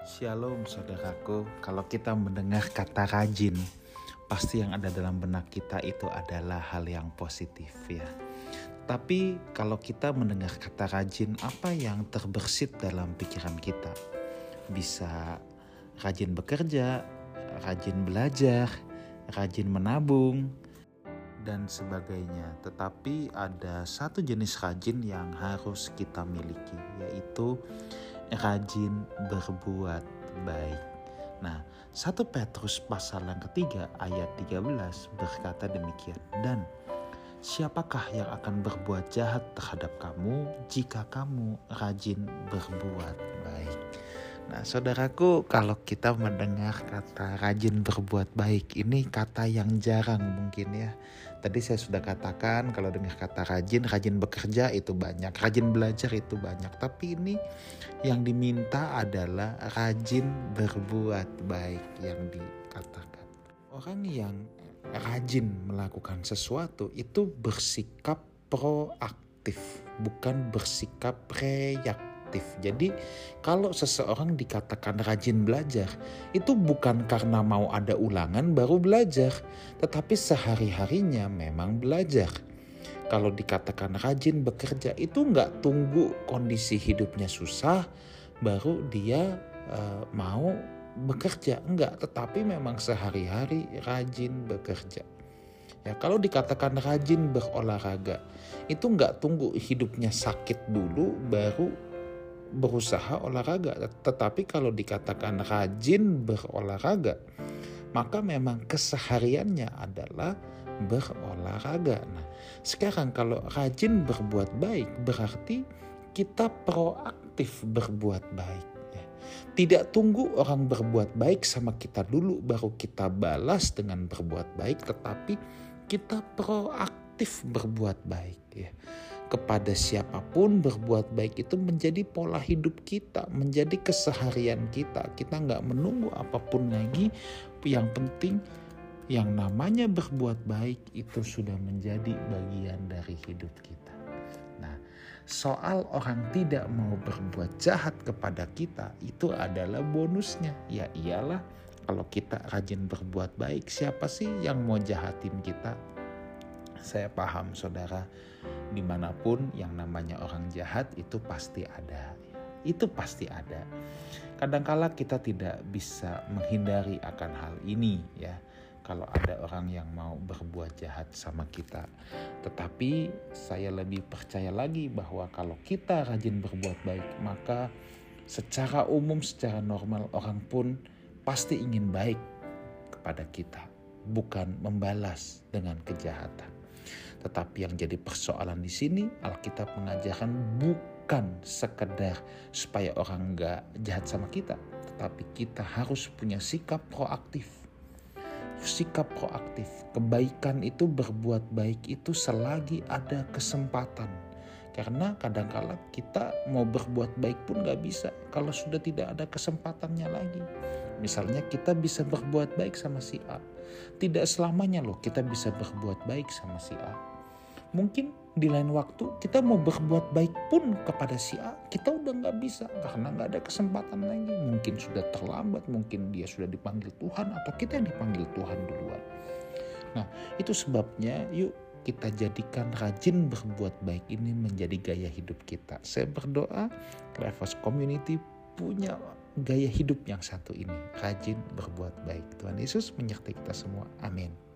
Shalom saudaraku, kalau kita mendengar kata rajin, pasti yang ada dalam benak kita itu adalah hal yang positif ya. Tapi kalau kita mendengar kata rajin, apa yang terbersit dalam pikiran kita? Bisa rajin bekerja, rajin belajar, rajin menabung, dan sebagainya. Tetapi ada satu jenis rajin yang harus kita miliki, yaitu rajin berbuat baik. Nah, 1 Petrus pasal yang ketiga ayat 13 berkata demikian. Dan siapakah yang akan berbuat jahat terhadap kamu jika kamu rajin berbuat baik? Nah, saudaraku, kalau kita mendengar kata rajin berbuat baik, ini kata yang jarang mungkin ya. Tadi saya sudah katakan kalau dengar kata rajin bekerja itu banyak, rajin belajar itu banyak. Tapi ini yang diminta adalah rajin berbuat baik yang dikatakan. Orang yang rajin melakukan sesuatu itu bersikap proaktif, bukan bersikap reaktif. Jadi kalau seseorang dikatakan rajin belajar, itu bukan karena mau ada ulangan baru belajar, tetapi sehari-harinya memang belajar. Kalau dikatakan rajin bekerja, itu nggak tunggu kondisi hidupnya susah baru dia mau bekerja, enggak, tetapi memang sehari-hari rajin bekerja. Ya, kalau dikatakan rajin berolahraga, itu nggak tunggu hidupnya sakit dulu baru berusaha olahraga. Tetapi kalau dikatakan rajin berolahraga, maka memang kesehariannya adalah berolahraga. Nah, sekarang kalau rajin berbuat baik berarti kita proaktif berbuat baik. Tidak tunggu orang berbuat baik sama kita dulu baru kita balas dengan berbuat baik, tetapi kita proaktif berbuat baik ya. Kepada siapapun berbuat baik itu menjadi pola hidup kita, menjadi keseharian kita. Kita nggak menunggu apapun lagi, yang penting yang namanya berbuat baik itu sudah menjadi bagian dari hidup kita. Nah, soal orang tidak mau berbuat jahat kepada kita itu adalah bonusnya. Ya iyalah, kalau kita rajin berbuat baik, siapa sih yang mau jahatin kita? Saya paham saudara, dimanapun yang namanya orang jahat itu pasti ada. Itu pasti ada. Kadangkala kita tidak bisa menghindari akan hal ini ya. Kalau ada orang yang mau berbuat jahat sama kita. Tetapi saya lebih percaya lagi bahwa kalau kita rajin berbuat baik, maka secara umum, secara normal orang pun pasti ingin baik kepada kita. Bukan membalas dengan kejahatan. Tetapi yang jadi persoalan di sini, Alkitab mengajarkan bukan sekedar supaya orang gak jahat sama kita, tetapi kita harus punya sikap proaktif. Sikap proaktif, kebaikan itu, berbuat baik itu selagi ada kesempatan. Karena kadangkala kita mau berbuat baik pun gak bisa kalau sudah tidak ada kesempatannya lagi. Misalnya kita bisa berbuat baik sama si A. Tidak selamanya loh kita bisa berbuat baik sama si A. Mungkin di lain waktu kita mau berbuat baik pun kepada si A, kita udah gak bisa karena gak ada kesempatan lagi. Mungkin sudah terlambat, mungkin dia sudah dipanggil Tuhan atau kita yang dipanggil Tuhan duluan. Nah, itu sebabnya yuk kita jadikan rajin berbuat baik ini menjadi gaya hidup kita. Saya berdoa Lifehouse Community punya gaya hidup yang satu ini, rajin berbuat baik. Tuhan Yesus menyertai kita semua. Amin.